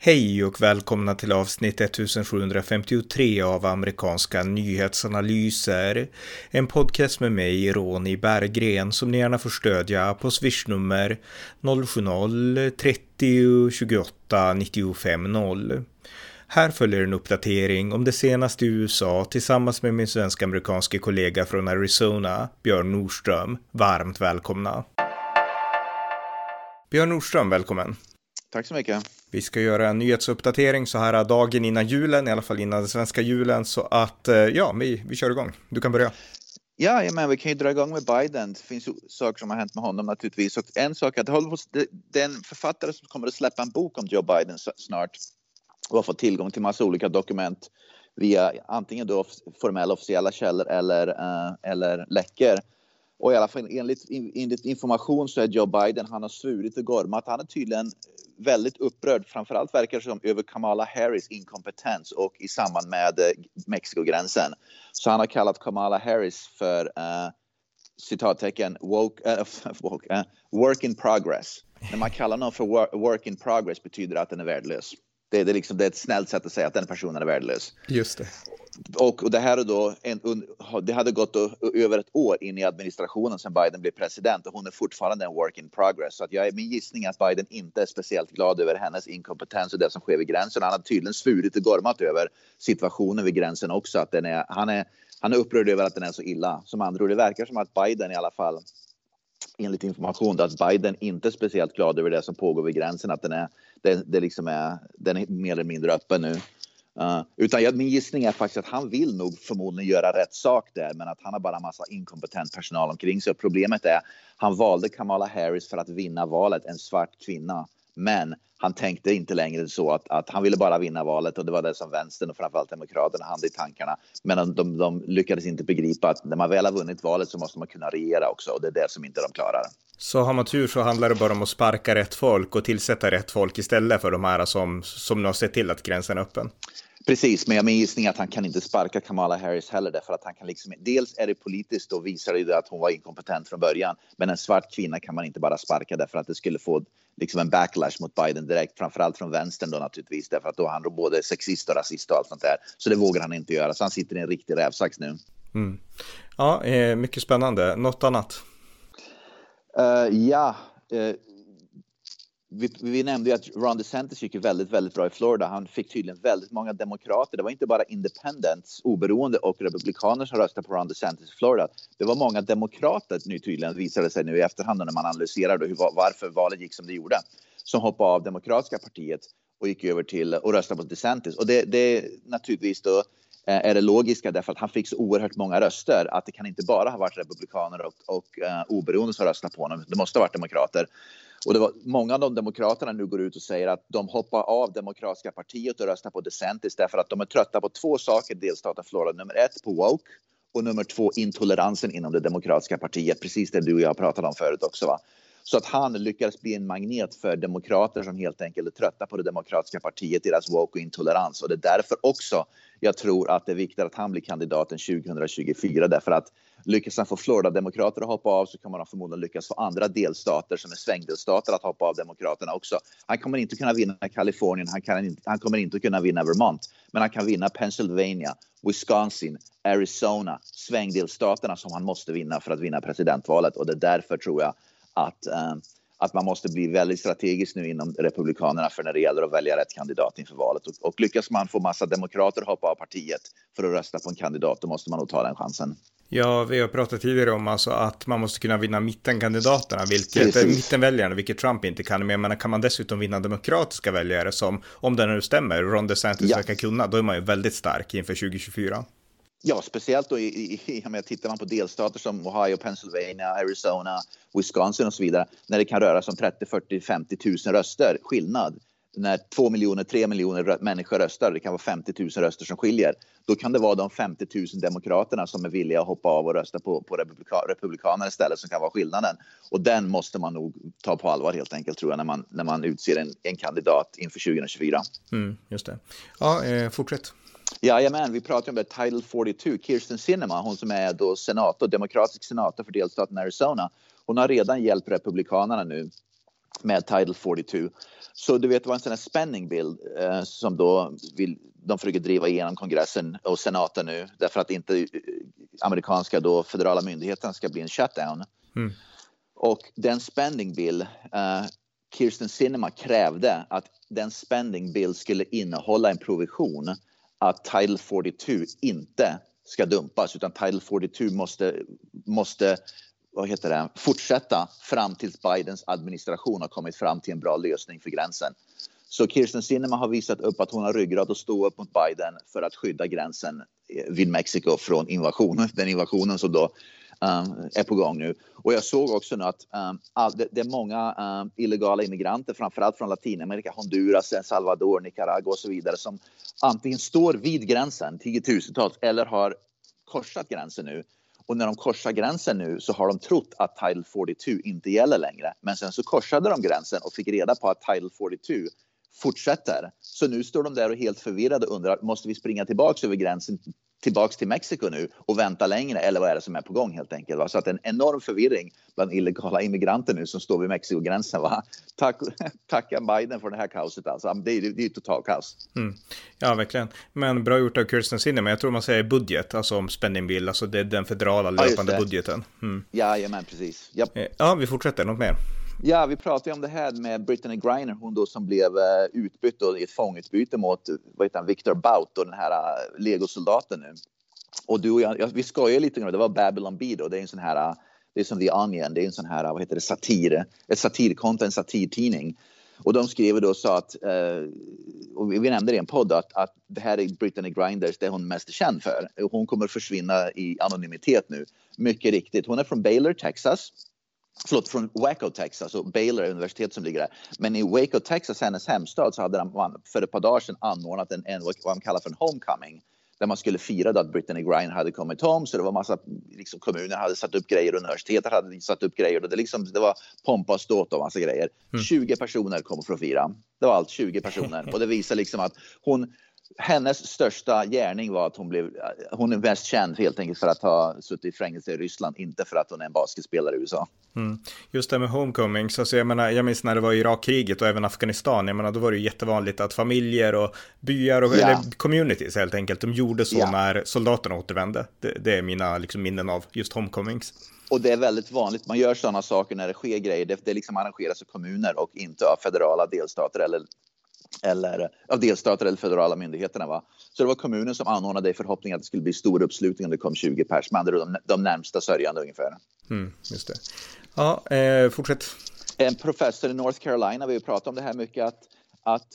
Hej och välkomna till avsnitt 1753 av amerikanska nyhetsanalyser. En podcast med mig, Ronny Berggren, som ni gärna får stödja på swishnummer 070-30 28 95 0. Här följer en uppdatering om det senaste i USA tillsammans med min svensk-amerikanske kollega från Arizona, Björn Nordström. Varmt välkomna. Björn Nordström, välkommen. Tack så mycket. Vi ska göra en nyhetsuppdatering så här dagen innan julen, i alla fall innan den svenska julen, så att vi kör igång. Du kan börja. Ja, men vi kan ju dra igång med Biden. Det finns ju saker som har hänt med honom naturligtvis. Och en sak är att det är en författare som kommer att släppa en bok om Joe Biden snart och har fått tillgång till massa olika dokument via antingen då formella officiella källor eller läckor. Och i alla fall enligt information så är Joe Biden, han har svurit och gormat. Han är tydligen väldigt upprörd, framförallt verkar det som över Kamala Harris inkompetens och i samband med Mexikogränsen. Så han har kallat Kamala Harris för citattecken work in progress. När man kallar någon för work in progress betyder det att den är värdelös. Det är ett snällt sätt att säga att den personen är värdelös. Just det. Och det här är då det hade gått över ett år in i administrationen sedan Biden blev president och hon är fortfarande en work in progress. Så att min gissning är att Biden inte är speciellt glad över hennes inkompetens och det som sker vid gränsen. Han har tydligen svurit och gormat över situationen vid gränsen också. Att han är upprörd över att den är så illa. Som andra ord, det verkar som att Biden i alla fall, enligt information, att Biden inte är speciellt glad över det som pågår vid gränsen. Att den är mer eller mindre öppen nu. Utan min gissning är faktiskt att han vill nog förmodligen göra rätt sak där, men att han har bara en massa inkompetent personal omkring sig. Problemet är han valde Kamala Harris för att vinna valet, en svart kvinna. Men han tänkte inte längre så att han ville bara vinna valet, och det var det som vänstern och framförallt demokraterna hade i tankarna. Men de lyckades inte begripa att när man väl har vunnit valet så måste man kunna regera också, och det är det som inte de klarar. Så har man tur så handlar det bara om att sparka rätt folk och tillsätta rätt folk istället för de här som nu har sett till att gränsen är öppen. Precis, men min gissning är att han kan inte sparka Kamala Harris heller, därför att han kan dels är det politiskt och visar det att hon var inkompetent från början, men en svart kvinna kan man inte bara sparka därför att det skulle få en backlash mot Biden direkt, framförallt från vänstern då naturligtvis, därför att då är han både sexist och rasist och allt sånt där, så det vågar han inte göra, så han sitter i en riktig rävsax nu. Ja, mycket spännande. Något annat? Vi nämnde ju att Ron DeSantis gick ju väldigt, väldigt bra i Florida. Han fick tydligen väldigt många demokrater. Det var inte bara independents, oberoende och republikaner som röstade på Ron DeSantis i Florida. Det var många demokrater nu tydligen, visade sig nu i efterhand när man analyserade varför valet gick som det gjorde, som hoppade av demokratiska partiet och gick över till och röstade på DeSantis. Och det naturligtvis då är det logiska, därför att han fick så oerhört många röster att det kan inte bara ha varit republikaner och oberoende som röstade på honom. Det måste ha varit demokrater. Och det var många av de demokraterna nu går ut och säger att de hoppar av demokratiska partiet och röstar på DeSantis därför att de är trötta på två saker i delstaten Florida. Nummer 1 på woke och nummer 2 intoleransen inom det demokratiska partiet. Precis det du och jag pratade om förut också, va? Så att han lyckades bli en magnet för demokrater som helt enkelt är trötta på det demokratiska partiet, deras woke och intolerans. Och det är därför också jag tror att det är viktigt att han blir kandidaten 2024. Därför att lyckas han få Florida-demokrater att hoppa av så kommer han förmodligen lyckas få andra delstater som är svängdelstater att hoppa av demokraterna också. Han kommer inte kunna vinna Kalifornien, han kommer inte kunna vinna Vermont. Men han kan vinna Pennsylvania, Wisconsin, Arizona, svängdelstaterna som han måste vinna för att vinna presidentvalet. Och det är därför tror jag att man måste bli väldigt strategisk nu inom republikanerna för när det gäller att välja rätt kandidat inför valet. Och lyckas man få massa demokrater hoppa av partiet för att rösta på en kandidat, då måste man nog ta den chansen. Ja, vi har pratat tidigare om alltså att man måste kunna vinna mittenkandidaterna, mittenväljarna, vilket Trump inte kan. Men kan man dessutom vinna demokratiska väljare som, om det nu stämmer, Ron DeSantis verkar kunna, då är man ju väldigt stark inför 2024. Ja, speciellt då tittar man på delstater som Ohio, Pennsylvania, Arizona, Wisconsin och så vidare. När det kan röra sig om 30, 40, 50 000 röster skillnad. När 2 miljoner, 3 miljoner människor röstar, det kan vara 50 000 röster som skiljer. Då kan det vara de 50 000 demokraterna som är villiga att hoppa av och rösta på republikaner istället som kan vara skillnaden. Och den måste man nog ta på allvar helt enkelt, tror jag, när man utser en kandidat inför 2024. Just det. Ja, fortsätt. Jajamän, vi pratar om det Title 42, Kyrsten Sinema, hon som är då demokratisk senator för delstaten Arizona. Hon har redan hjälpt republikanerna nu med Title 42. Så du vet, det var en sån här spending bill som då de försöker driva igenom kongressen och senaten nu, därför att inte amerikanska då federala myndigheten ska bli en shutdown. Och den spending bill, Kyrsten Sinema krävde att den spending bill skulle innehålla en provision att Title 42 inte ska dumpas, utan Title 42 måste fortsätta fram tills Bidens administration har kommit fram till en bra lösning för gränsen. Så Kyrsten Sinema har visat upp att hon har ryggrad att stå upp mot Biden för att skydda gränsen vid Mexiko från invasionen. Den invasionen som då är på gång nu. Och jag såg också nu att det är många illegala immigranter, framförallt från Latinamerika, Honduras, El Salvador, Nicaragua och så vidare, som antingen står vid gränsen, 10-tusentals, eller har korsat gränsen nu. Och när de korsar gränsen nu så har de trott att Title 42 inte gäller längre. Men sen så korsade de gränsen och fick reda på att Title 42 fortsätter. Så nu står de där och helt förvirrade och undrar, måste vi springa tillbaka över gränsen, tillbaks till Mexiko nu och vänta längre, eller vad är det som är på gång helt enkelt? Va? Så att en enorm förvirring bland illegala immigranter nu som står vid Mexiko-gränsen. Va? Tacka Biden för det här kaoset alltså. Det är total kaos. Ja, verkligen. Men bra gjort av Kyrsten Sinema. Jag tror man säger budget, alltså om spending bill, alltså det är den federala löpande budgeten. Ja, men precis. Yep. Ja, vi fortsätter. Något mer? Ja, vi pratade ju om det här med Brittany Griner, hon då som blev utbytt i ett fångutbyte mot Victor Bout och den här legosoldaten nu. Och du och jag, vi skojar lite om det var Babylon Bee då, det är en sån här, det är som The Onion, det är en sån här, satir, ett satirkonto, en satirtidning. Och de skrev då så att, och vi nämnde det i en podd, att det här är Brittany Griner, det är hon mest känd för. Hon kommer försvinna i anonymitet nu, mycket riktigt. Hon är från Baylor, Texas. Från Waco, Texas, och Baylor universitet som ligger där. Men i Waco, Texas, hennes hemstad, så hade man för ett par dagar sedan anordnat vad man kallar för en homecoming. Där man skulle fira att Brittany Griner hade kommit hem. Så det var massa, liksom, kommuner hade satt upp grejer, universitetet hade satt upp grejer. Och det var pompa och ståt och massa grejer. 20 personer kom för att fira. Det var allt, 20 personer. Och det visar liksom att hennes största gärning var att hon är mest känd helt enkelt för att ha suttit i fängelse i Ryssland, inte för att hon är en basketspelare i USA. Just det med homecomings, alltså jag minns när det var Irakkriget och även Afghanistan, då var det ju jättevanligt att familjer och byar och eller communities helt enkelt, de gjorde så när soldaterna återvände. Det är mina liksom minnen av just homecomings. Och det är väldigt vanligt, man gör sådana saker när det sker grejer, det liksom arrangeras av kommuner och inte av federala delstater eller av delstater eller federala myndigheterna. Va? Så det var kommunen som anordnade i förhoppning att det skulle bli stor uppslutning om det kom 20 pers. Men de närmsta sörjande ungefär. Just det. Ja, fortsätt. En professor i North Carolina, vi har pratat om det här mycket, att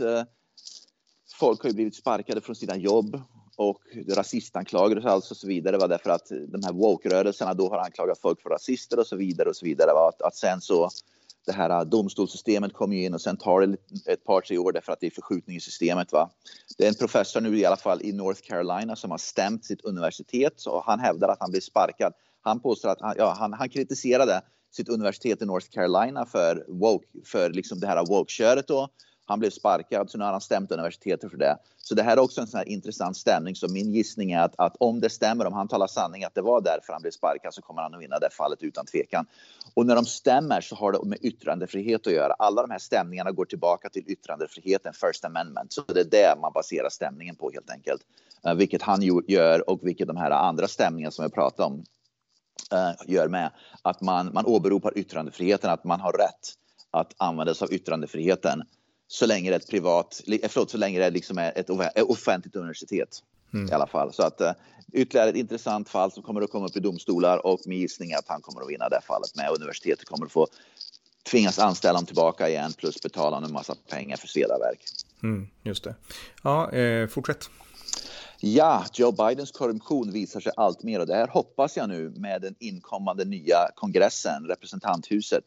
folk har ju blivit sparkade från sina jobb och rasistanklagelser och så vidare. Var därför att de här woke-rörelserna då har anklagat folk för rasister och så vidare och så vidare. Va? Att sen så det här domstolssystemet kommer ju in och sen tar det ett par, 3 år därför att det är förskjutning i systemet. Va? Det är en professor nu i alla fall i North Carolina som har stämt sitt universitet, och han hävdar att han blir sparkad. Han påstår att han kritiserade sitt universitet i North Carolina för liksom det här woke-köret då. Han blev sparkad, så nu har han stämt universitetet för det. Så det här är också en sån här intressant stämning. Så min gissning är att om det stämmer, om han talar sanning att det var därför han blev sparkad, så kommer han att vinna det fallet utan tvekan. Och när de stämmer så har det med yttrandefrihet att göra. Alla de här stämningarna går tillbaka till yttrandefriheten, First Amendment. Så det är det man baserar stämningen på helt enkelt. Vilket han gör och vilket de här andra stämningarna som jag pratar om gör med. Att man åberopar yttrandefriheten, att man har rätt att använda sig av yttrandefriheten. Så länge det är så länge det liksom är ett offentligt universitet i alla fall. Så att ytterligare ett intressant fall som kommer att komma upp i domstolar, och min gissning är att han kommer att vinna det fallet med. Universitetet kommer att få tvingas anställa honom tillbaka igen plus betala en massa pengar för svedaverk. Just det. Ja, fortsätt. Ja, Joe Bidens korruption visar sig allt mer, och det här hoppas jag nu med den inkommande nya kongressen, representanthuset,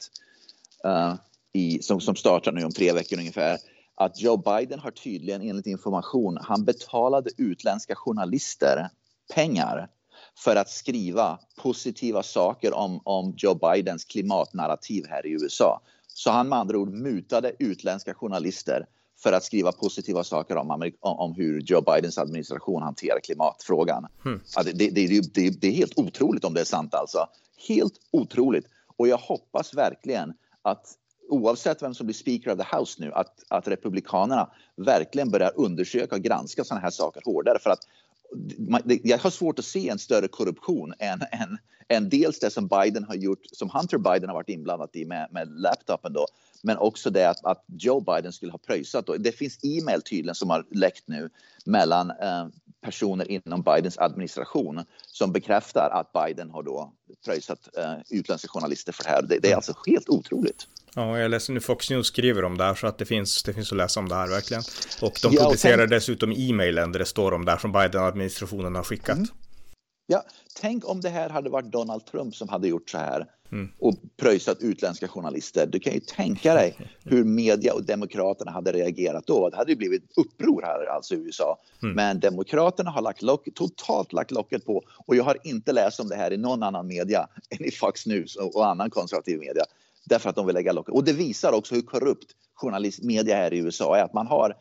som startar nu om 3 veckor ungefär, att Joe Biden har tydligen enligt information, han betalade utländska journalister pengar för att skriva positiva saker om Joe Bidens klimatnarrativ här i USA. Så han med andra ord mutade utländska journalister för att skriva positiva saker om hur Joe Bidens administration hanterar klimatfrågan. Det är helt otroligt om det är sant alltså. Helt otroligt. Och jag hoppas verkligen att oavsett vem som blir Speaker of the House nu, att republikanerna verkligen börjar undersöka och granska sådana här saker hårdare. För att jag har svårt att se en större korruption än dels det som Biden har gjort, som Hunter Biden har varit inblandad i med laptopen då, men också det att Joe Biden skulle ha pröjsat. Och det finns e-mail tydligen som har läckt nu mellan personer inom Bidens administration som bekräftar att Biden har då pröjsat utländska journalister för det här. Det är alltså helt otroligt. Ja, jag läser nu Fox News skriver om det här, så att det finns att läsa om det här verkligen. Och de publicerar dessutom e-mailen där det står om det här som Biden-administrationen har skickat. Ja, tänk om det här hade varit Donald Trump som hade gjort så här och pröjsat utländska journalister. Du kan ju tänka dig hur media och demokraterna hade reagerat då. Det hade ju blivit uppror här alltså i USA. Men demokraterna har totalt lagt locket på, och jag har inte läst om det här i någon annan media än i Fox News och annan konservativ media. Därför att de vill lägga locket. Och det visar också hur korrupt journalistmedia är i USA är. Att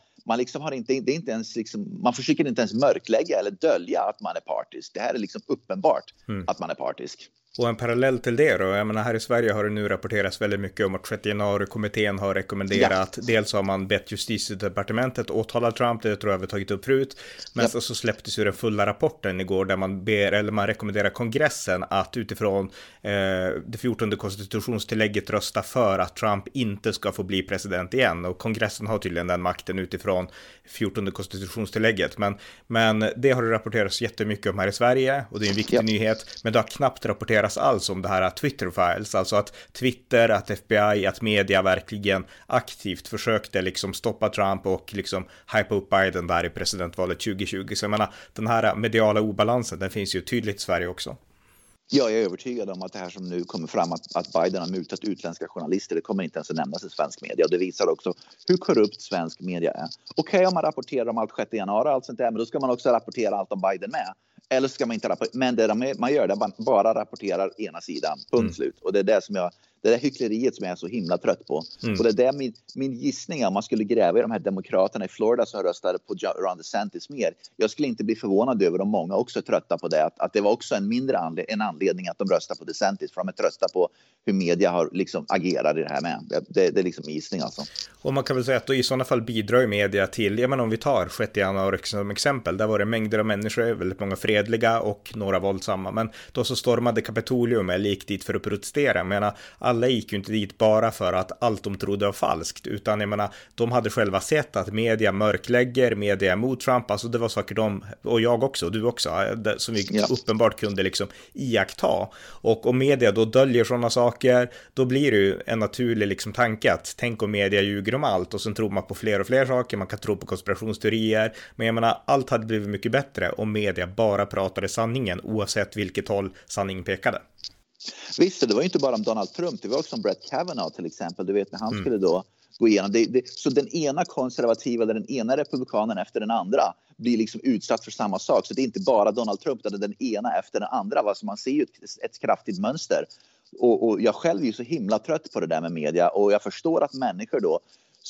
man försöker inte ens mörklägga eller dölja att man är partisk. Det här är liksom uppenbart att man är partisk. Och en parallell till det då, jag menar här i Sverige har det nu rapporterats väldigt mycket om att 6 januari-kommittén har rekommenderat, dels har man bett justitiedepartementet åtala Trump, det tror jag vi tagit upp förut, men så släpptes ju den fulla rapporten igår där man rekommenderar kongressen att utifrån det 14:e konstitutionstillägget rösta för att Trump inte ska få bli president igen, och kongressen har tydligen den makten utifrån 14:e konstitutionstillägget, men det har det rapporterats jättemycket om här i Sverige, och det är en viktig nyhet, men det har knappt rapporterats alls om det här Twitter-files, alltså att Twitter, att FBI, att media verkligen aktivt försökte liksom stoppa Trump och liksom hypa upp Biden där i presidentvalet 2020. Så jag menar, den här mediala obalansen, den finns ju tydligt i Sverige också. Ja, jag är övertygad om att det här som nu kommer fram, att Biden har mutat utländska journalister, det kommer inte ens att nämnas i svensk media. Och det visar också hur korrupt svensk media är. Okej, om man rapporterar om allt 6 januari, allt sånt där, men då ska man också rapportera allt om Biden med. Eller ska man inte rapportera? Men det man gör, det man bara rapporterar ena sidan, punkt slut. Och det är det som det där hyckleriet som jag är så himla trött på. Och det är där min gissning, om man skulle gräva i de här demokraterna i Florida som röstade på Ron DeSantis mer. Jag skulle inte bli förvånad över om många också är trötta på det. Att det var också en anledning att de röstar på DeSantis. För de är trötta på hur media har liksom agerat i det här med. Det är liksom gissning alltså. Och man kan väl säga att då i sådana fall bidrar media till, jag menar om vi tar 6 januari som exempel, där var det mängder av människor, väldigt många fredliga och några våldsamma, men då så stormade Kapitolium eller gick dit för att protestera. Jag menar, alla gick ju inte dit bara för att allt de trodde var falskt, utan jag menar, de hade själva sett att media mörklägger, media emot Trump, alltså det var saker de, och jag också, och du också, som vi uppenbart kunde liksom iaktta. Och om media då döljer sådana saker, då blir det ju en naturlig liksom tanke att tänk om media ljuger om allt, och sen tror man på fler och fler saker, man kan tro på konspirationsteorier, men jag menar, allt hade blivit mycket bättre om media bara pratade sanningen, oavsett vilket håll sanningen pekade. Visst, det var ju inte bara om Donald Trump, det var också om Brett Kavanaugh till exempel, du vet när han skulle då gå igenom. Så den ena konservativa eller den ena republikanen efter den andra blir liksom utsatt för samma sak. Så det är inte bara Donald Trump, utan den ena efter den andra. Alltså man ser ju ett kraftigt mönster. Och jag själv är ju så himla trött på det där med media, och jag förstår att människor då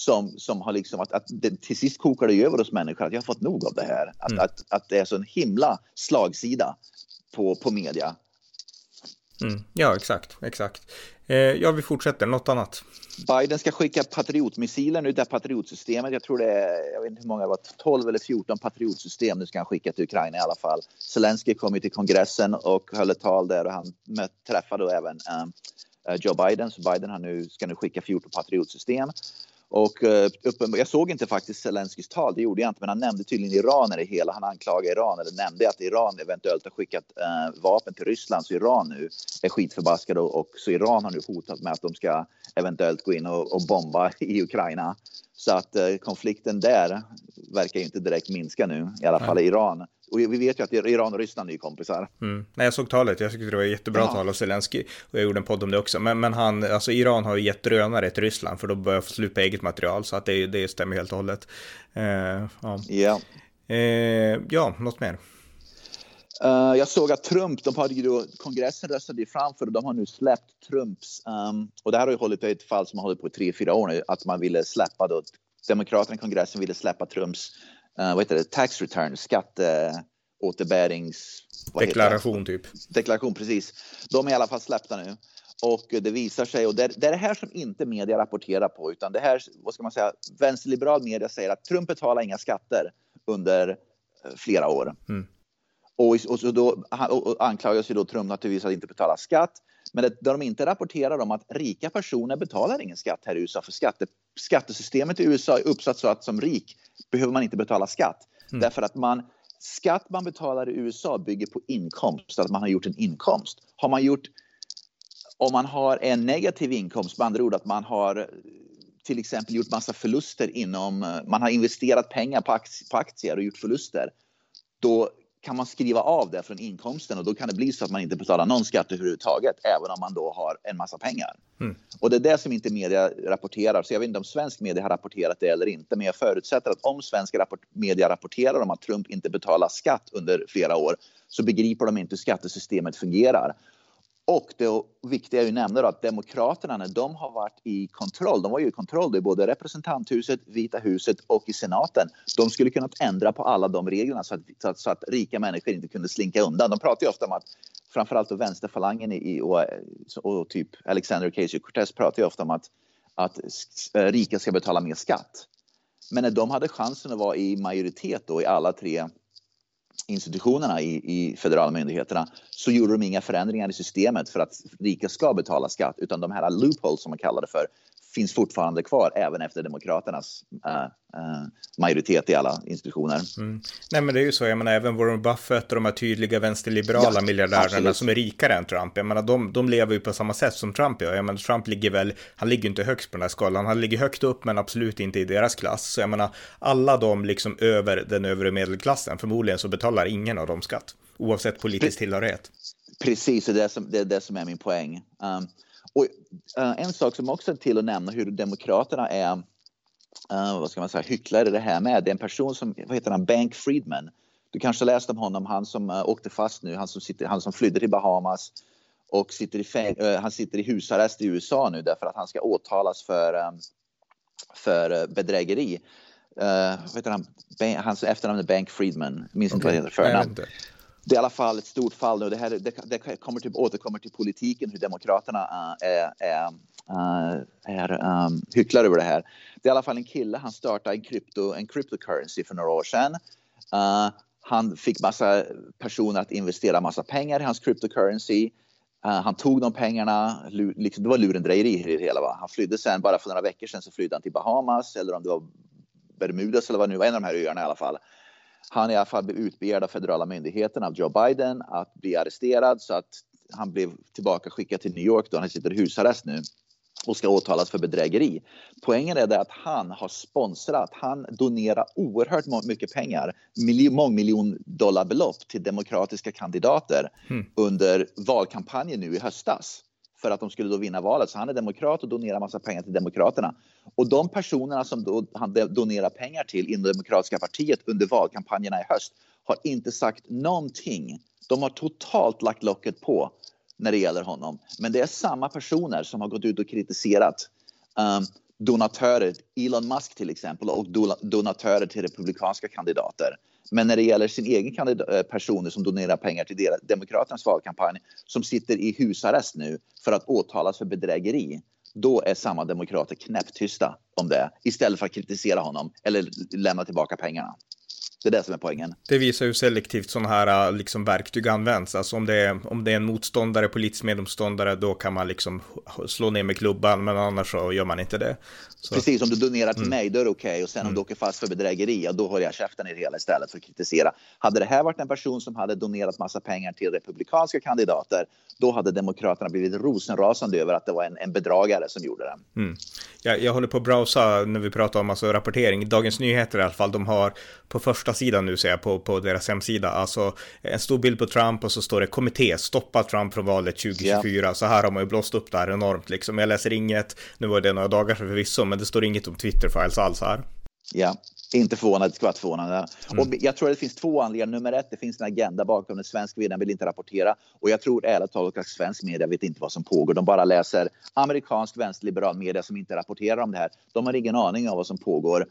som har liksom att det, till sist kokar det över hos människor att jag har fått nog av det här. Att det är så en himla slagsida på media. Ja, exakt. Ja, vi fortsätter. Något annat. Biden ska skicka patriotmissiler nu, det patriotsystemet. Jag tror det är, jag vet inte hur många det var, 12 eller 14 patriotsystem nu ska han skicka till Ukraina i alla fall. Zelensky kom ju till kongressen och höll ett tal där, och han träffade då även Joe Biden. Så Biden ska nu skicka 14 patriotsystem. Och jag såg inte faktiskt Zelenskys tal, det gjorde jag inte, men han nämnde tydligen Iran i det hela. Han anklagade Iran, eller nämnde att Iran eventuellt har skickat vapen till Ryssland, så Iran nu är skitförbaskade, och så Iran har nu hotat med att de ska eventuellt gå in och bomba i Ukraina. Så att konflikten där verkar ju inte direkt minska nu, i alla fall i Iran. Och vi vet ju att Iran och Ryssland är kompisar. Nej, jag såg talet. Jag tyckte det var ett jättebra tal av Zelensky. Och jag gjorde en podd om det också. Men alltså Iran har ju gett drönare till Ryssland, för då börjar få slut på eget material. Så att det stämmer helt och hållet. Ja, något mer. Jag såg att Trump, kongressen röstade fram för, och de har nu släppt Trumps. Och det här har ju hållit på ett fall som har hållit på 3-4 år nu. Att man ville släppa då, demokraterna i kongressen ville släppa Trumps tax return, skatteåterbärings... Deklaration typ. Deklaration, precis. De är i alla fall släppta nu. Och det visar sig, och det är det här som inte media rapporterar på, utan det här, vad ska man säga, vänsterliberal media säger att Trump betalar inga skatter under flera år. Och så då anklagas ju då Trump naturligtvis att inte betala skatt. Men det de inte rapporterar om att rika personer betalar ingen skatt här i USA. För skattesystemet i USA är uppsatt så att som rik behöver man inte betala skatt. Därför att skatt man betalar i USA bygger på inkomst. Att man har gjort en inkomst. Om man har en negativ inkomst, med andra ord att man har till exempel gjort massa förluster man har investerat pengar på aktier och gjort förluster. Då kan man skriva av det från inkomsten och då kan det bli så att man inte betalar någon skatt överhuvudtaget även om man då har en massa pengar. Och det är det som inte media rapporterar. Så jag vet inte om svensk media har rapporterat det eller inte, men jag förutsätter att om svenska media rapporterar om att Trump inte betalar skatt under flera år så begriper de inte hur skattesystemet fungerar. Och det viktiga är ju nämna att demokraterna när de har varit i kontroll, de var ju i kontroll i både representanthuset, Vita huset och i senaten. De skulle kunna ändra på alla de reglerna så att rika människor inte kunde slinka undan. De pratar ju ofta om att framförallt vänsterfalangen och typ Alexander Ocasio-Cortez pratar ju ofta om att rika ska betala mer skatt. Men när de hade chansen att vara i majoritet då i alla tre institutionerna i federala myndigheterna så gjorde de inga förändringar i systemet för att rika ska betala skatt, utan de här loopholes som man kallar det för finns fortfarande kvar även efter demokraternas majoritet i alla institutioner. Nej, men det är ju så, jag menar även Warren Buffett och de här tydliga vänsterliberala miljardärerna som är rikare än Trump, jag menar de lever ju på samma sätt som Trump gör. Jag menar Trump han ligger inte högst på den här skalan, han ligger högt upp men absolut inte i deras klass. Så jag menar alla de liksom över den övre medelklassen, förmodligen så betalar ingen av dem skatt oavsett politisk tillhörighet. Precis, det är det som är min poäng. Och en sak som också är till att nämna hur demokraterna är vad ska man säga, hycklare det här med. Det är en person som, vad heter han, Bank Friedman. Du kanske läste om honom, han som åkte fast nu, han som flydde till Bahamas och han sitter i husarrest i USA nu därför att han ska åtalas för bedrägeri. Vad heter han? Hans efternamn är Bank Friedman. Minns inte vad det heter förnamn. Det är i alla fall ett stort fall nu. Det återkommer till politiken, hur demokraterna är hycklare över det här. Det är i alla fall en kille, han startade en cryptocurrency för några år sedan. Han fick massa personer att investera massa pengar i hans cryptocurrency. Han tog de pengarna, liksom, det var lurendrejeri i det hela. Va? Han flydde sen, bara för några veckor sedan så flydde han till Bahamas eller om det var Bermudas eller vad det nu var, en av de här öarna i alla fall. Han i alla fall blev utbegärd av federala myndigheterna av Joe Biden att bli arresterad så att han blev tillbaka skickad till New York då han sitter i husarrest nu och ska åtalas för bedrägeri. Poängen är det att han har sponsrat, han donerar oerhört mycket pengar, mångmiljonbelopp till demokratiska kandidater under valkampanjen nu i höstas. För att de skulle då vinna valet. Så han är demokrat och donerar massa pengar till demokraterna. Och de personerna som då han donerar pengar till inom det demokratiska partiet under valkampanjerna i höst har inte sagt någonting. De har totalt lagt locket på när det gäller honom. Men det är samma personer som har gått ut och kritiserat donatörer, Elon Musk till exempel, och donatörer till republikanska kandidater. Men när det gäller sin egen personer som donerar pengar till demokraternas valkampanj som sitter i husarrest nu för att åtalas för bedrägeri, då är samma demokrater knäpptysta om det istället för att kritisera honom eller lämna tillbaka pengarna. Det är det som är poängen. Det visar hur selektivt sådana här liksom verktyg används. Alltså om det är en motståndare, politisk medmotståndare, då kan man liksom slå ner med klubban, men annars så gör man inte det. Så. Precis, om du donerar till mig, då är det okej. Och sen om du åker fast för bedrägeri, då håller jag käften i det hela istället för att kritisera. Hade det här varit en person som hade donerat massa pengar till republikanska kandidater, då hade demokraterna blivit rosenrasande över att det var en bedragare som gjorde det. Jag håller på att browsa när vi pratar om alltså rapportering. Dagens Nyheter i alla fall, de har på första sidan nu ser jag på deras hemsida, alltså en stor bild på Trump och så står det kommitté, stoppa Trump från valet 2024. Ja. Så här har man ju blåst upp det här enormt liksom. Jag läser inget, nu var det några dagar förvisso, men det står inget om Twitter-files alls här. Ja, inte förvånad, det ska vara förvånande. Och jag tror att det finns två anledningar. Nummer ett, det finns en agenda bakom den svenska media vill inte rapportera. Och jag tror ärligt talat att svensk media vet inte vad som pågår. De bara läser amerikansk vänsterliberal media som inte rapporterar om det här. De har ingen aning om vad som pågår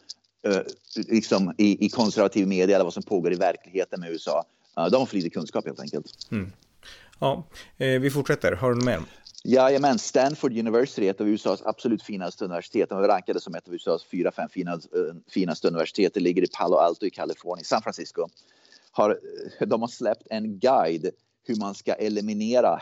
liksom i konservativ media eller vad som pågår i verkligheten med USA. De har för lite kunskap helt enkelt. Ja, vi fortsätter. Har du mer? Jajamän, Stanford University är ett av USAs absolut finaste universitet. De är rankade som ett av USAs 4-5 finaste universitet. Det ligger i Palo Alto i Kalifornien, San Francisco. De har släppt en guide hur man ska eliminera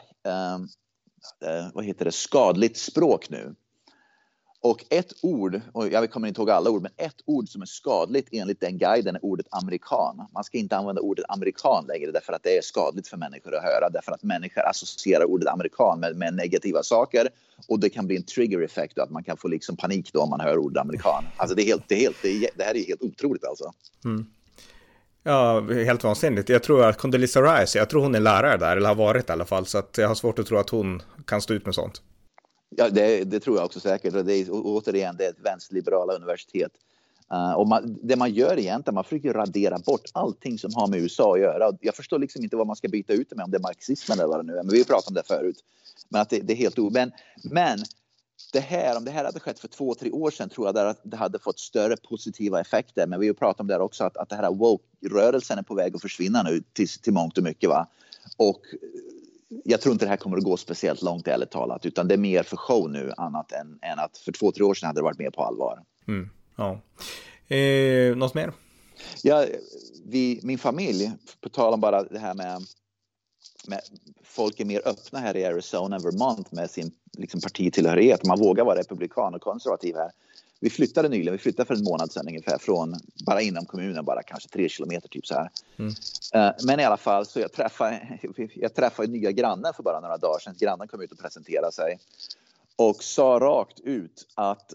skadligt språk nu. Och ett ord, och jag kommer inte ihåg alla ord, men ett ord som är skadligt enligt den guiden är ordet amerikan. Man ska inte använda ordet amerikan längre därför att det är skadligt för människor att höra. Därför att människor associerar ordet amerikan med negativa saker. Och det kan bli en trigger-effekt och att man kan få liksom panik då om man hör ordet amerikan. Alltså det här är helt otroligt alltså. Mm. Ja, helt vansinnigt. Jag tror att Condoleezza Rice, jag tror hon är lärare där, eller har varit i alla fall. Så att jag har svårt att tro att hon kan stå ut med sånt. Ja, det tror jag också säkert. Och återigen, det är ett vänsterliberala universitet. Och det man gör egentligen, man försöker radera bort allting som har med USA att göra. Jag förstår liksom inte vad man ska byta ut det med, om det är marxismen eller vad det nu är. Men vi har pratat om det förut. Men att det är helt men om det här hade skett för 2-3 år sedan tror jag att det hade fått större positiva effekter. Men vi har pratat om det också, att det här woke-rörelsen är på väg att försvinna nu till mångt och mycket. Va? Och jag tror inte det här kommer att gå speciellt långt ärligt talat, utan det är mer för show nu annat än att för 2-3 år sedan hade det varit mer på allvar. Mm, ja. Något mer? Ja, min familj, på tal om bara det här med folk är mer öppna här i Arizona än Vermont med sin liksom, partitillhörighet. Man vågar vara republikan och konservativ här. Vi flyttade för en månad sedan ungefär bara inom kommunen, bara kanske 3 kilometer typ så här. Mm. Men i alla fall så jag träffade nya grannen för bara några dagar sedan. Grannen kom ut och presenterade sig och sa rakt ut att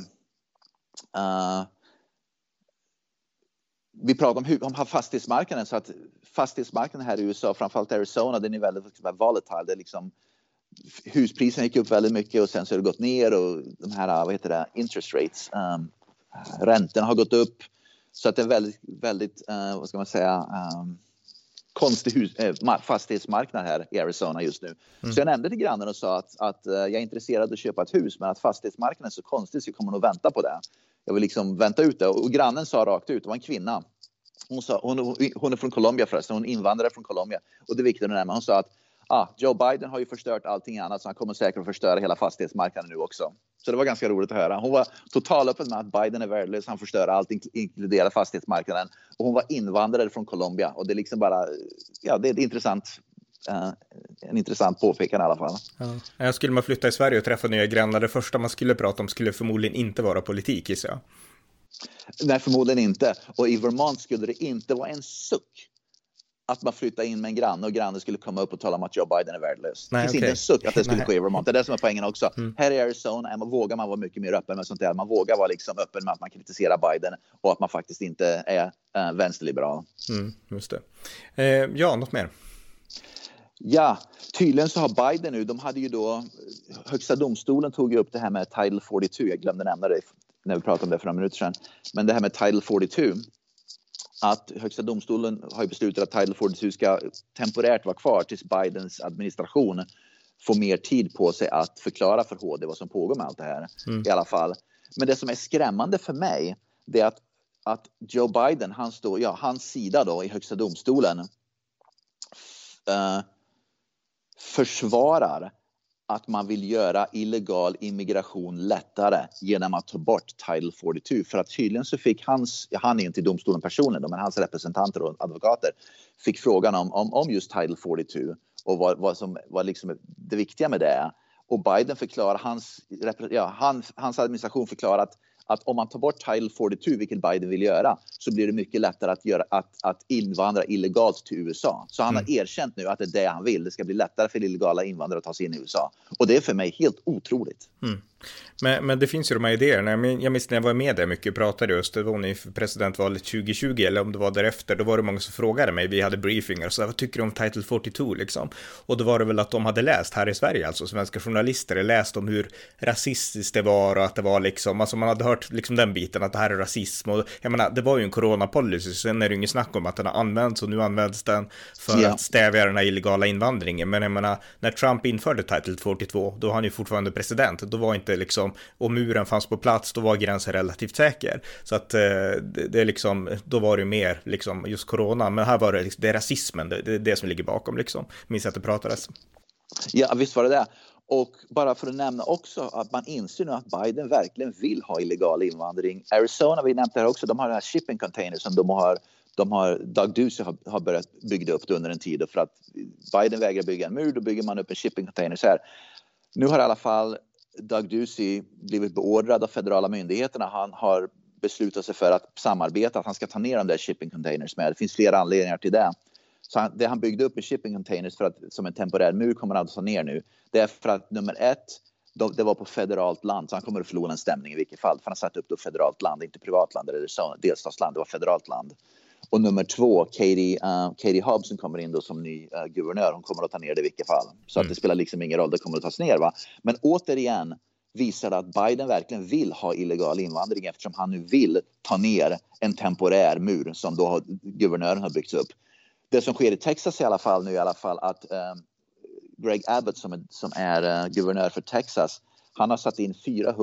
vi pratar om fastighetsmarknaden, så att fastighetsmarknaden här i USA, framförallt Arizona, den är väldigt volatile. Det är liksom huspriserna gick upp väldigt mycket och sen så har det gått ner, och de här interest rates, räntorna har gått upp, så att det är väldigt vad ska man säga, konstig fastighetsmarknad här i Arizona just nu. Mm. Så jag nämnde till grannen och sa att jag är intresserad av att köpa ett hus, men att fastighetsmarknaden är så konstig så jag kommer nog vänta på det. Jag vill liksom vänta ut det. Och grannen sa rakt ut, det var en kvinna. Hon är från Colombia förresten, hon invandrare från Colombia. Och det är viktigt att nämna. Hon sa att Joe Biden har ju förstört allting annat, så han kommer säkert att förstöra hela fastighetsmarknaden nu också. Så det var ganska roligt att höra. Hon var total öppen med att Biden är värdelös, han förstör allt, inkluderar fastighetsmarknaden. Och hon var invandrare från Colombia. Och det är liksom bara, ja, det är en intressant påpekande i alla fall. Ja. Skulle man flytta i Sverige och träffa nya grannar, det första man skulle prata om skulle förmodligen inte vara politik, gissar jag. Nej, förmodligen inte. Och i Vermont skulle det inte vara en suck att man flyttar in med en granne och grannen skulle komma upp och tala om att Joe Biden är värdelös. Det finns inte en suck att det skulle ske i Vermont. Det är det som är poängen också. Här i Arizona vågar man vara mycket mer öppen med sånt där. Man vågar vara liksom öppen med att man kritiserar Biden och att man faktiskt inte är vänsterliberal. Just det. Ja, något mer? Ja, tydligen så har Biden nu, de hade ju då, högsta domstolen tog ju upp det här med Title 42, jag glömde nämna det när vi pratade om det för några minuter sedan, men det här med Title 42, att högsta domstolen har ju beslutat att Title 42 ska temporärt vara kvar tills Bidens administration får mer tid på sig att förklara för HD vad som pågår med allt det här i alla fall. Men det som är skrämmande för mig, det är att Joe Biden, hans sida då i högsta domstolen försvarar att man vill göra illegal immigration lättare genom att ta bort Title 42. För att tydligen så fick han är inte i domstolen personligen, men hans representanter och advokater fick frågan om just Title 42 och vad som var liksom det viktiga med det. Och Biden förklarar, hans administration förklarar att om man tar bort Title 42, vilket Biden vill göra, så blir det mycket lättare att invandra illegalt till USA. Så han har erkänt nu att det är det han vill. Det ska bli lättare för illegala invandrare att ta sig in i USA. Och det är för mig helt otroligt. Men det finns ju de här idéerna. Jag minns när jag var med där mycket och pratade just, det var i presidentvalet 2020 eller om det var därefter, då var det många som frågade mig, vi hade briefingar och så, vad tycker du om Title 42 liksom? Och då var det väl att de hade läst här i Sverige, alltså svenska journalister läst om hur rasistiskt det var och att det var liksom, alltså man hade hört liksom den biten att det här är rasism, och jag menar, det var ju en coronapolicy, sen är det ju inget snack om att den har använts och nu används den för att stävja den här illegala invandringen, men jag menar, när Trump införde Title 42, då var han ju fortfarande president, då var inte liksom, och muren fanns på plats, då var gränsen relativt säker, så att det är liksom, då var det mer liksom just corona, men här var det, det är rasismen, det är det som ligger bakom liksom, minns att det pratades. Ja, visst var det. Och bara för att nämna också att man inser nu att Biden verkligen vill ha illegal invandring. Arizona, vi nämnde här också, de har den här shipping containers som Doug Ducey har börjat bygga upp under en tid. Och för att Biden vägrar bygga en mur, då bygger man upp en shipping containers här. Nu har i alla fall Doug Ducey blivit beordrad av federala myndigheterna. Han har beslutat sig för att samarbeta, att han ska ta ner de där shipping containers med. Det finns flera anledningar till det. Så det han byggde upp i shipping containers för att, som en temporär mur kommer han att ta ner nu. Det är för att nummer ett, det var på federalt land, så han kommer att förlora en stämning i vilket fall. För han har satt upp då federalt land, inte privatland eller delstatsland, det var federalt land. Och nummer två, Katie Hobbs som kommer in då som ny guvernör, hon kommer att ta ner det i vilket fall. Så att det spelar liksom ingen roll, det kommer att tas ner va. Men återigen visar att Biden verkligen vill ha illegal invandring eftersom han nu vill ta ner en temporär mur som då guvernören har byggt upp. Det som sker i Texas i alla fall nu att Greg Abbott som är guvernör för Texas, han har satt in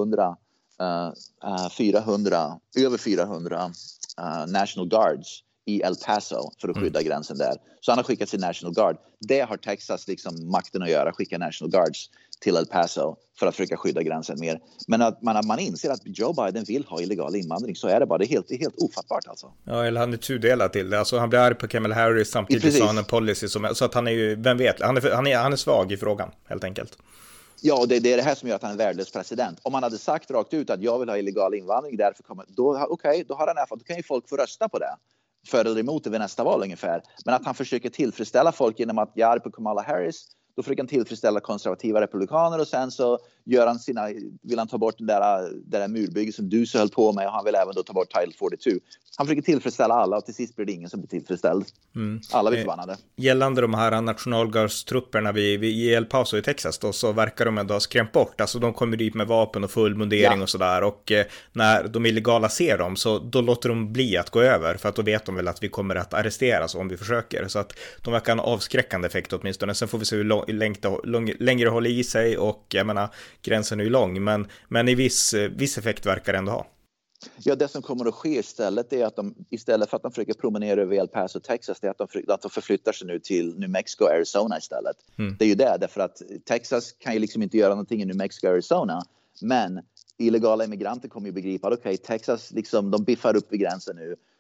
över 400 National Guards i El Paso för att skydda gränsen där. Så han har skickat sin National Guard. Det har Texas liksom makten att göra, skicka National Guards till El Paso för att försöka skydda gränsen mer. Men att man inser att Joe Biden vill ha illegal invandring, så är det bara. Det är helt ofattbart alltså. Ja, eller han är tudelad till det. Alltså han blir arg på Kamala Harris samtidigt som han en policy som, så att han är ju, vem vet, han är svag i frågan helt enkelt. Ja, och det är det här som gör att han är värdelös president. Om man hade sagt rakt ut att jag vill ha illegal invandring, därför kommer, då har han då kan ju folk få rösta på det. För eller emot det vid nästa val ungefär. Men att han försöker tillfredsställa folk genom att jag är på Kamala Harris, då försöker han tillfredsställa konservativa republikaner och sen så vill han ta bort det där murbygget som du så höll på med, och han vill även då ta bort Title 42. Han försöker tillfredsställa alla och till sist blir det ingen som blir tillfredsställd. Alla blir förbannade. Gällande de här nationalgardstrupperna i El Paso i Texas då, så verkar de ändå ha skrämt bort. Alltså de kommer dit med vapen och full mundering och sådär, och när de illegala ser dem så då låter de bli att gå över, för att då vet de väl att vi kommer att arresteras om vi försöker. Så att de verkar ha en avskräckande effekt åtminstone. Sen får vi se hur längre håller i sig, och jag menar, gränsen är ju lång, men i viss effekt verkar det ändå ha. Ja, det som kommer att ske istället är att istället för att de försöker promenera över El Paso, Texas, det är att de förflyttar sig nu till New Mexico och Arizona istället. Det är ju det, därför att Texas kan ju liksom inte göra någonting i New Mexico och Arizona, men illegala immigranter kommer ju begripa att okej, Texas liksom, de biffar upp vid gränsen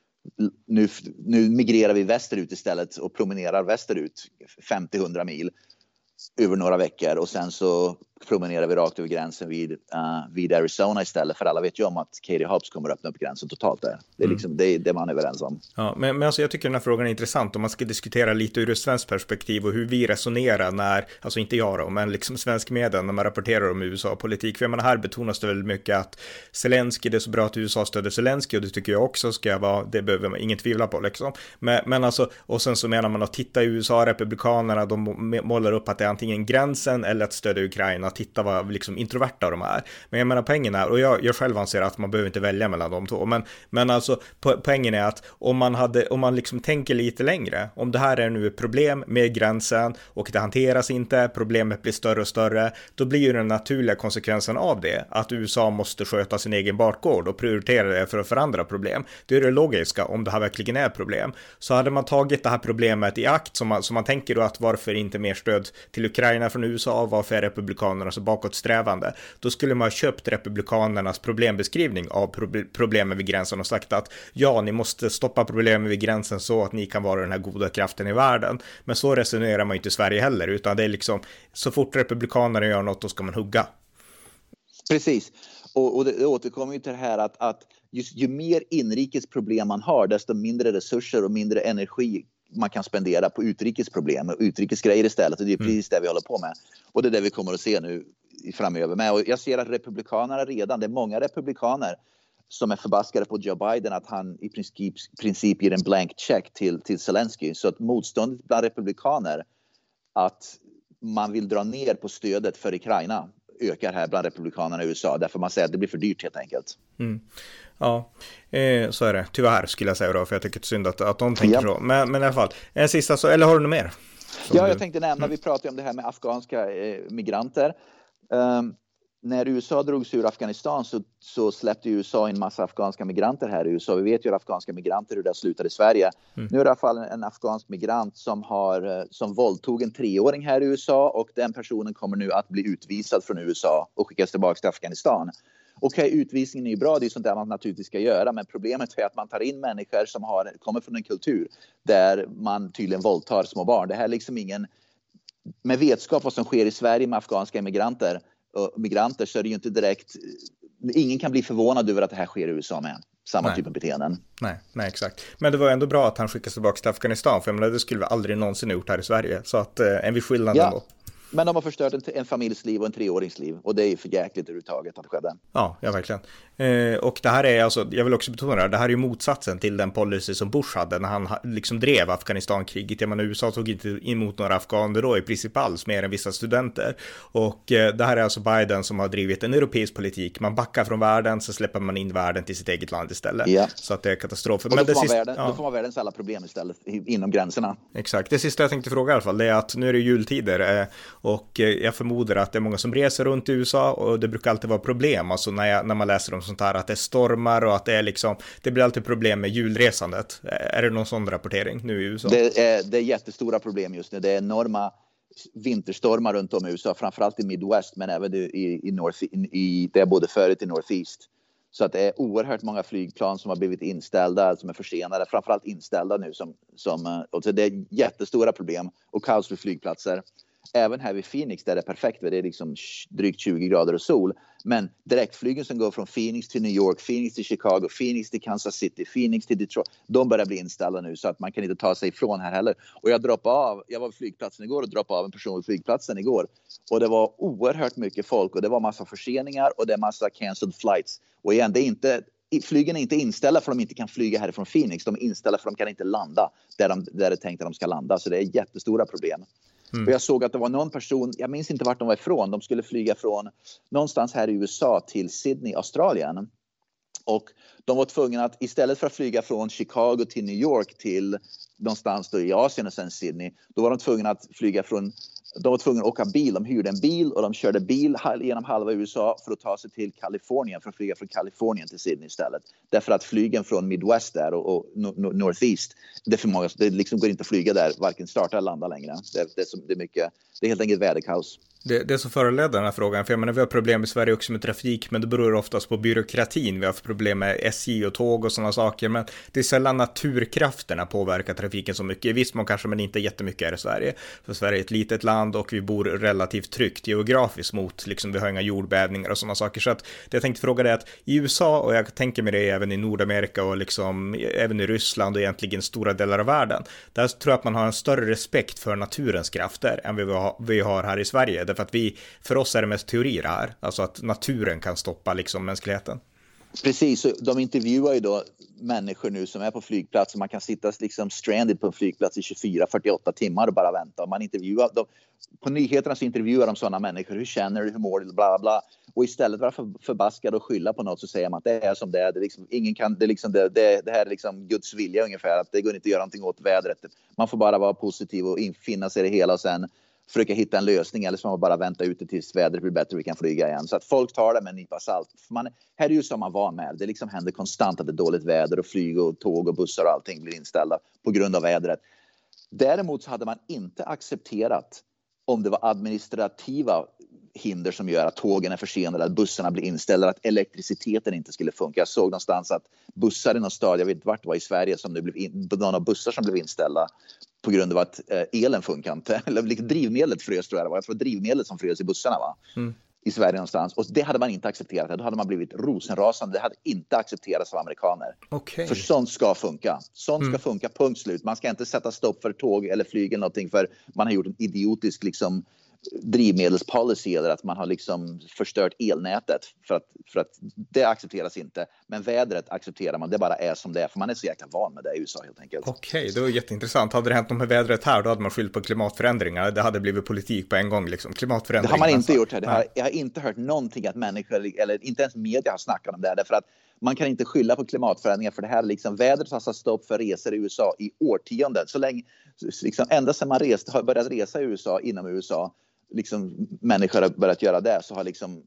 nu migrerar vi västerut istället och promenerar västerut 50-100 mil över några veckor, och sen så promenerar vi rakt över gränsen vid Arizona istället, för alla vet ju om att Katie Hobbs kommer att öppna upp gränsen totalt där. Det är liksom det man är överens om. Ja, men alltså jag tycker den här frågan är intressant om man ska diskutera lite ur ett svenskt perspektiv och hur vi resonerar när, alltså inte jag då, men liksom svensk media när man rapporterar om USA-politik. För jag menar, här betonas det väldigt mycket att Zelensky, det är så bra att USA stöder Zelensky, och det tycker jag också ska vara, det behöver man ingen tvivla på liksom. Men alltså, och sen så menar man att titta i USA, republikanerna, de målar upp att det är antingen gränsen eller att stödja Ukraina, titta vad liksom introverta de är. Men jag menar, poängen är, och jag själv anser att man behöver inte välja mellan de två, men alltså poängen är att om man liksom tänker lite längre, om det här är nu ett problem med gränsen och det hanteras inte, problemet blir större och större, då blir ju den naturliga konsekvensen av det att USA måste sköta sin egen bakgård och prioritera det för att förändra problem. Det är det logiska om det här verkligen är ett problem. Så hade man tagit det här problemet i akt, som man tänker då att varför inte mer stöd till Ukraina från USA, varför är republikanerna så bakåtsträvande, då skulle man ha köpt republikanernas problembeskrivning av problemen vid gränsen och sagt att ja, ni måste stoppa problemen vid gränsen så att ni kan vara den här goda kraften i världen. Men så resonerar man inte i Sverige heller, utan det är liksom, så fort republikanerna gör något, då ska man hugga. Precis, och det återkommer ju till det här att ju mer inrikesproblem man har, desto mindre resurser och mindre energi man kan spendera på utrikesproblem och utrikesgrejer istället, och det är precis det vi håller på med. Och det är det vi kommer att se nu framöver med. Och jag ser att republikanerna redan, det är många republikaner som är förbaskade på Joe Biden att han i princip ger en blank check till Zelensky. Så att motståndet bland republikaner att man vill dra ner på stödet för Ukraina ökar här bland republikanerna i USA, därför man säger att det blir för dyrt helt enkelt. Ja, så är det. Tyvärr skulle jag säga då, för jag tycker det är synd att de tänker så. Men i alla fall, en sista så, eller har du något mer? Ja, jag tänkte nämna, vi pratade om det här med afghanska migranter. när USA drog sig ur Afghanistan så släppte USA en massa afghanska migranter här i USA. Vi vet ju afghanska migranter hur det slutade i Sverige. Nu är det i alla fall en afghansk migrant som våldtog en 3-åring här i USA, och den personen kommer nu att bli utvisad från USA och skickas tillbaka till Afghanistan. Okej, utvisningen är ju bra, det är sånt där man naturligtvis ska göra, men problemet är att man tar in människor som kommer från en kultur där man tydligen våldtar små barn. Det här är liksom med vetskap vad som sker i Sverige med afghanska migranter så är det ju inte direkt, ingen kan bli förvånad över att det här sker i USA med samma typ av beteenden. Nej, exakt. Men det var ändå bra att han skickas tillbaka till Afghanistan, för jag menar, det skulle vi aldrig någonsin gjort här i Sverige, så att en viss skillnad ändå. Men de har förstört en familjs liv och en 3-årings liv. Och det är för jäkligt överhuvudtaget att det skedde. Ja, verkligen. Och det här är alltså, jag vill också betona det här är ju motsatsen till den policy som Bush hade när han liksom drev Afghanistan-kriget. Jag menar, USA tog inte emot några afghaner då i princip alls, mer än vissa studenter. Och det här är alltså Biden som har drivit en europeisk politik. Man backar från världen, så släpper man in världen till sitt eget land istället. Ja. Så att det är katastrof. Och då får man världens alla problem istället inom gränserna. Exakt. Det sista jag tänkte fråga i alla fall, det är att nu är det jultider och jag förmodar att det är många som reser runt i USA, och det brukar alltid vara problem, alltså när man läser om sånt här, att det är stormar och att det är liksom, det blir alltid problem med julresandet. Är det någon sån rapportering nu i USA? Det är jättestora problem just nu. Det är enorma vinterstormar runt om i USA, framförallt i Midwest, men även i det är både förut i Northeast. Så att det är oerhört många flygplan som har blivit inställda, som är försenade, framförallt inställda nu och så det är jättestora problem och kaos för flygplatser. Även här vid Phoenix där det är perfekt, det är liksom drygt 20 grader och sol. Men direktflygen som går från Phoenix till New York, Phoenix till Chicago, Phoenix till Kansas City, Phoenix till Detroit, de börjar bli inställda nu, så att man kan inte ta sig ifrån här heller. Och jag var vid flygplatsen igår och droppade av en person vid flygplatsen igår. Och det var oerhört mycket folk, och det var massa förseningar och det är massa cancelled flights. Och igen, flygen är inte inställda för att de inte kan flyga härifrån Phoenix. De är inställda för att de kan inte landa där det är tänkt att de ska landa. Så det är jättestora problem. Och jag såg att det var någon person, jag minns inte vart de var ifrån, de skulle flyga från någonstans här i USA till Sydney, Australien. Och de var tvungna att istället för att flyga från Chicago till New York till någonstans då i Asien och sen Sydney, då var de tvungna att åka bil. De hyrde en bil och de körde bil genom halva USA för att ta sig till Kalifornien, för att flyga från Kalifornien till Sydney istället. Därför att flygen från Midwest där och Northeast, det är för många, det liksom går inte att flyga där, varken starta eller landa längre. Det är helt enkelt väderkaos. Det som föranledde den här frågan, för jag menar, vi har problem i Sverige också med trafik, men det beror oftast på byråkratin. Vi har haft problem med SJ och tåg och sådana saker, men det är sällan naturkrafterna påverkar trafiken så mycket. I viss mån kanske, men inte jättemycket är i Sverige. För Sverige är ett litet land och vi bor relativt tryggt geografiskt mot, liksom, vi har inga jordbävningar och sådana saker. Så att det jag tänkte fråga är att i USA, och jag tänker mig det även i Nordamerika och liksom även i Ryssland och egentligen stora delar av världen, där tror jag att man har en större respekt för naturens krafter än vi har här i Sverige. Därför att för oss är det mest teorier här, alltså att naturen kan stoppa liksom mänskligheten. Precis, så de intervjuar ju då människor nu som är på flygplatser. Man kan sitta liksom stranded på en flygplats i 24-48 timmar och bara vänta. Och man intervjuar dem. På nyheterna så intervjuar de sådana människor. Hur känner du, hur mår du, bla bla bla. Och istället för att förbaskad och skylla på något, så säger man att det är som det är. Det, liksom, ingen kan, det, liksom, det här är liksom Guds vilja ungefär. Att det går inte att göra någonting åt vädret. Man får bara vara positiv och finna sig i det hela och sen försöka hitta en lösning, eller så får man bara vänta ute tills vädret blir bättre och vi kan flyga igen. Så att folk tar det med en nypa salt. Här är ju som man var med. Det liksom händer konstant att det är dåligt väder och flyg och tåg och bussar och allting blir inställda på grund av vädret. Däremot så hade man inte accepterat om det var administrativa hinder som gör att tågen är försenade, att bussarna blir inställda, att elektriciteten inte skulle funka. Jag såg någonstans att bussar i någon stad, jag vet inte vart det var i Sverige, som det blev någon av bussar som blev inställda på grund av att elen funkar inte. Eller drivmedlet frös, tror jag det var. Jag tror det var drivmedlet som frös i bussarna, va? I Sverige någonstans. Och det hade man inte accepterat. Då hade man blivit rosenrasande. Det hade inte accepterats av amerikaner. Okay. För sånt ska funka. Sånt ska funka, punkt slut. Man ska inte sätta stopp för tåg eller flyg eller någonting, för man har gjort en idiotisk liksom drivmedelspolicy, eller att man har liksom förstört elnätet, för att det accepteras inte, men vädret accepterar man, det bara är som det är, för man är så jäkla van med det i USA helt enkelt. Okej, det var jätteintressant. Hade det hänt något med vädret här, då hade man skyllt på klimatförändringar. Det hade blivit politik på en gång liksom. Klimatförändringar. Det har man inte gjort här. Jag har inte hört någonting att människor, eller inte ens media har snackat om det här, därför att man kan inte skylla på klimatförändringar, för det här liksom, vädret har satt stopp för resor i USA i årtionden. Så länge, liksom, ända sedan man har börjat resa i USA, inom USA, liksom, människor har börjat göra det, så har liksom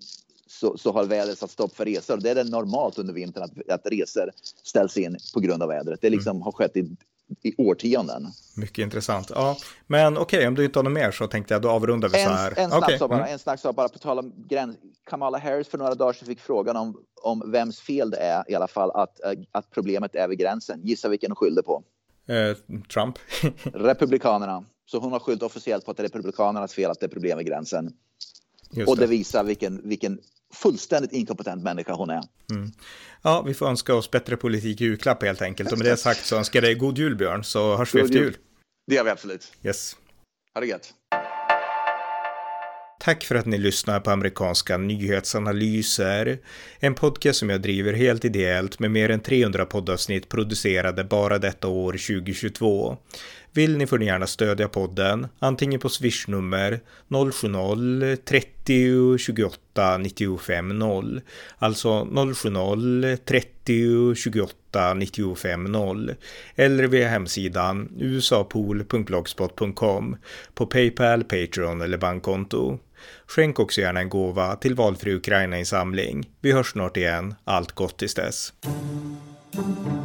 så har vädret satt stopp för resor. Det är det normalt under vintern att resor ställs in på grund av vädret. Det liksom har skett i årtionden. Mycket intressant. Ja, men okej, om du inte har något mer så tänkte jag då avrundar vi så här. En snack bara på tal om Kamala Harris för några dagar sedan fick frågan om vems fel det är i alla fall att problemet är vid gränsen. Gissa vilken hon skyllde på? Trump. Republikanerna. Så hon har skyllt officiellt på att det är republikanernas fel att det är problem vid gränsen. Och det visar vilken fullständigt inkompetent människa hon är. Ja, vi får önska oss bättre politik i julklapp helt enkelt. Och med det sagt så önskar jag dig god jul, Björn, så hörs vi efter jul. Det gör vi absolut. Yes. Ha det gött. Tack för att ni lyssnar på amerikanska nyhetsanalyser. En podcast som jag driver helt ideellt med mer än 300 poddavsnitt producerade bara detta år 2022. Vill ni får ni gärna stödja podden, antingen på Swish-nummer 070-30 28 95 0, alltså 070-30 28 95 0, eller via hemsidan usapool.blogspot.com, på PayPal, Patreon eller bankkonto. Skänk också gärna en gåva till valfri Ukraina-insamling. Vi hörs snart igen, allt gott tills dess.